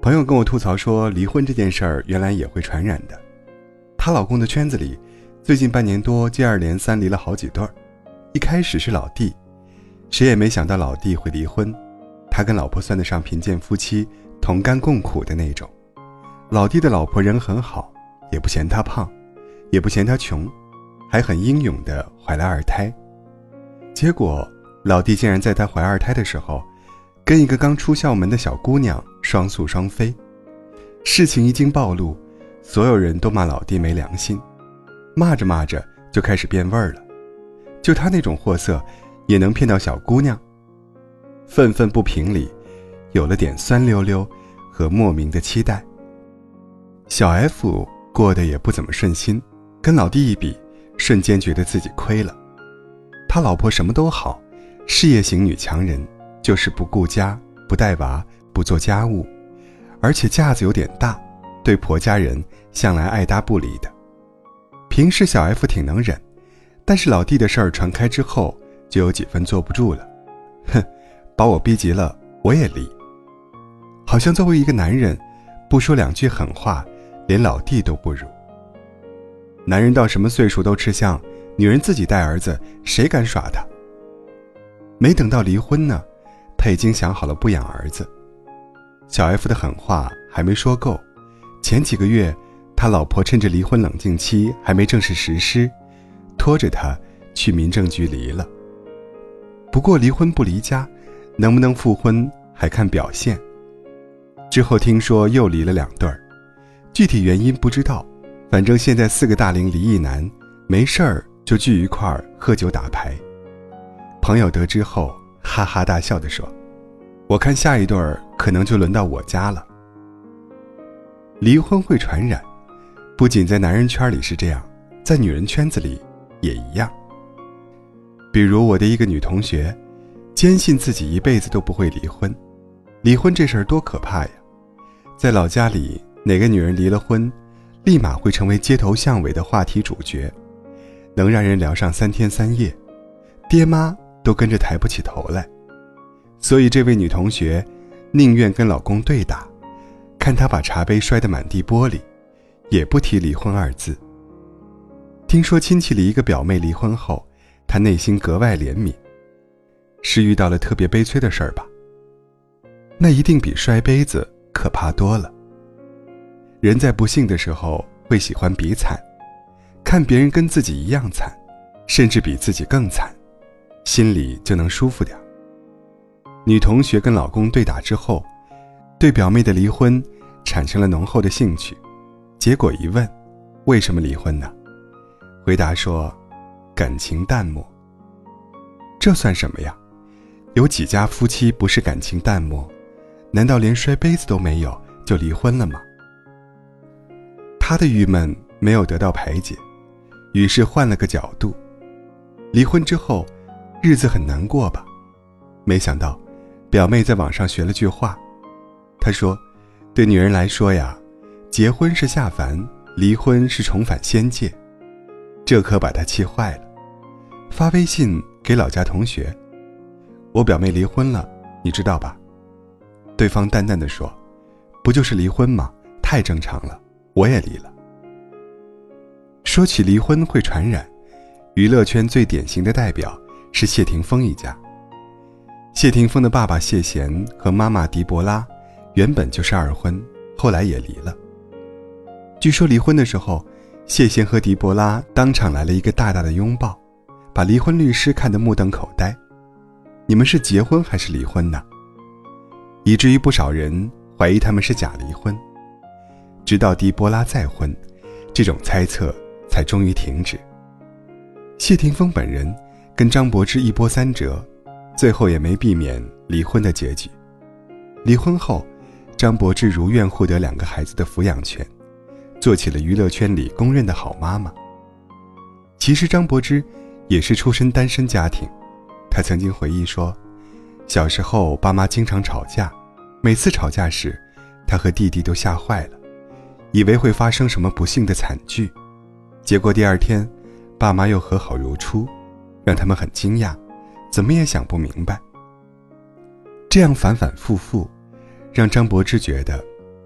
朋友跟我吐槽说，离婚这件事儿原来也会传染的。她老公的圈子里，最近半年多接二连三离了好几对儿。一开始是老弟，谁也没想到老弟会离婚。他跟老婆算得上贫贱夫妻，同甘共苦的那种。老弟的老婆人很好，也不嫌他胖，也不嫌他穷，还很英勇地怀了2胎。结果老弟竟然在他怀2胎的时候，跟一个刚出校门的小姑娘双宿双飞。事情一经暴露，所有人都骂老弟没良心，骂着骂着就开始变味儿了。就他那种货色也能骗到小姑娘？愤愤不平里有了点酸溜溜和莫名的期待。小 F 过得也不怎么顺心，跟老弟一比，瞬间觉得自己亏了。他老婆什么都好，事业型女强人，就是不顾家，不带娃，不做家务，而且架子有点大，对婆家人向来爱搭不理的。平时小 F 挺能忍，但是老弟的事儿传开之后，就有几分坐不住了。哼，把我逼急了，我也离。好像作为一个男人，不说2句狠话，连老弟都不如。男人到什么岁数都吃香，女人自己带儿子，谁敢耍他？没等到离婚呢，他已经想好了不养儿子。小 F 的狠话还没说够，前几个月他老婆趁着离婚冷静期还没正式实施，拖着他去民政局离了。不过离婚不离家，能不能复婚还看表现。之后听说又离了2对儿，具体原因不知道，反正现在4个大龄离异男没事儿就聚一块儿喝酒打牌。朋友得知后哈哈大笑地说，我看下一对儿可能就轮到我家了。离婚会传染，不仅在男人圈里是这样，在女人圈子里也一样。比如我的一个女同学，坚信自己一辈子都不会离婚。离婚这事儿多可怕呀！在老家里，哪个女人离了婚，立马会成为街头巷尾的话题主角，能让人聊上3天3夜，爹妈都跟着抬不起头来。所以这位女同学宁愿跟老公对打，看他把茶杯摔得满地玻璃，也不提离婚2字。听说亲戚里一个表妹离婚后，她内心格外怜悯，是遇到了特别悲催的事儿吧？那一定比摔杯子可怕多了。人在不幸的时候会喜欢比惨，看别人跟自己一样惨，甚至比自己更惨，心里就能舒服点。女同学跟老公对打之后，对表妹的离婚产生了浓厚的兴趣。结果一问，为什么离婚呢？回答说，感情淡漠。这算什么呀？有几家夫妻不是感情淡漠？难道连摔杯子都没有就离婚了吗？他的郁闷没有得到排解，于是换了个角度。离婚之后，日子很难过吧？没想到，表妹在网上学了句话。她说，对女人来说呀，结婚是下凡，离婚是重返仙界。这可把她气坏了，发微信给老家同学，我表妹离婚了，你知道吧？对方淡淡地说，不就是离婚吗？太正常了，我也离了。说起离婚会传染，娱乐圈最典型的代表是谢霆锋一家。谢霆锋的爸爸谢贤和妈妈狄伯拉原本就是2婚，后来也离了。据说离婚的时候，谢贤和狄伯拉当场来了一个大大的拥抱，把离婚律师看得目瞪口呆。你们是结婚还是离婚呢？以至于不少人怀疑他们是假离婚。直到狄伯拉再婚，这种猜测才终于停止。谢霆锋本人跟张柏芝一波三折，最后也没避免离婚的结局。离婚后，张柏芝如愿获得2个孩子的抚养权，做起了娱乐圈里公认的好妈妈。其实张柏芝也是出身单身家庭，她曾经回忆说，小时候爸妈经常吵架，每次吵架时，她和弟弟都吓坏了，以为会发生什么不幸的惨剧。结果第2天，爸妈又和好如初，让他们很惊讶，怎么也想不明白。这样反反复复，让张柏芝觉得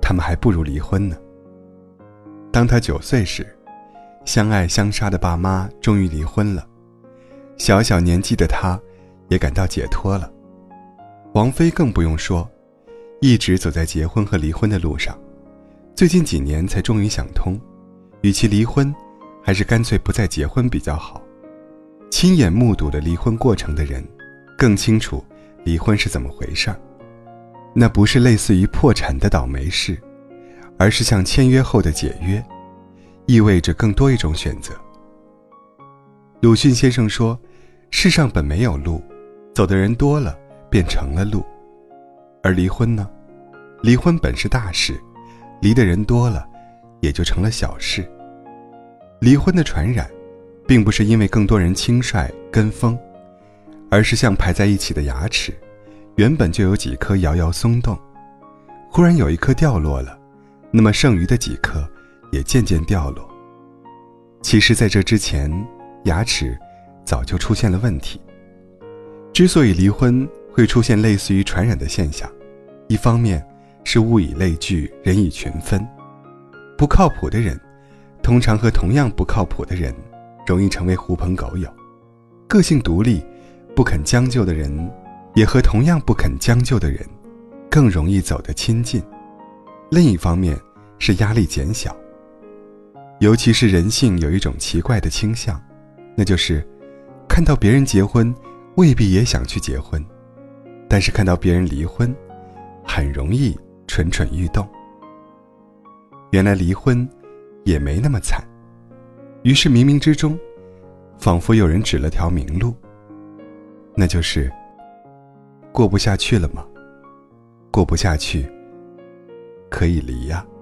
他们还不如离婚呢。当他9岁时，相爱相杀的爸妈终于离婚了，小小年纪的他也感到解脱了。王菲更不用说，一直走在结婚和离婚的路上，最近几年才终于想通，与其离婚，还是干脆不再结婚比较好。亲眼目睹了离婚过程的人，更清楚离婚是怎么回事儿。那不是类似于破产的倒霉事，而是像签约后的解约，意味着更多一种选择。鲁迅先生说，世上本没有路，走的人多了，便成了路。而离婚呢？离婚本是大事，离的人多了，也就成了小事。离婚的传染，并不是因为更多人轻率跟风，而是像排在一起的牙齿，原本就有几颗摇摇松动，忽然有一颗掉落了，那么剩余的几颗也渐渐掉落。其实在这之前，牙齿早就出现了问题。之所以离婚会出现类似于传染的现象，一方面是物以类聚，人以群分，不靠谱的人通常和同样不靠谱的人容易成为狐朋狗友，个性独立不肯将就的人也和同样不肯将就的人更容易走得亲近。另一方面是压力减小，尤其是人性有一种奇怪的倾向，那就是看到别人结婚未必也想去结婚，但是看到别人离婚很容易蠢蠢欲动。原来离婚也没那么惨，于是冥冥之中仿佛有人指了条明路，那就是过不下去了吗？过不下去可以离呀。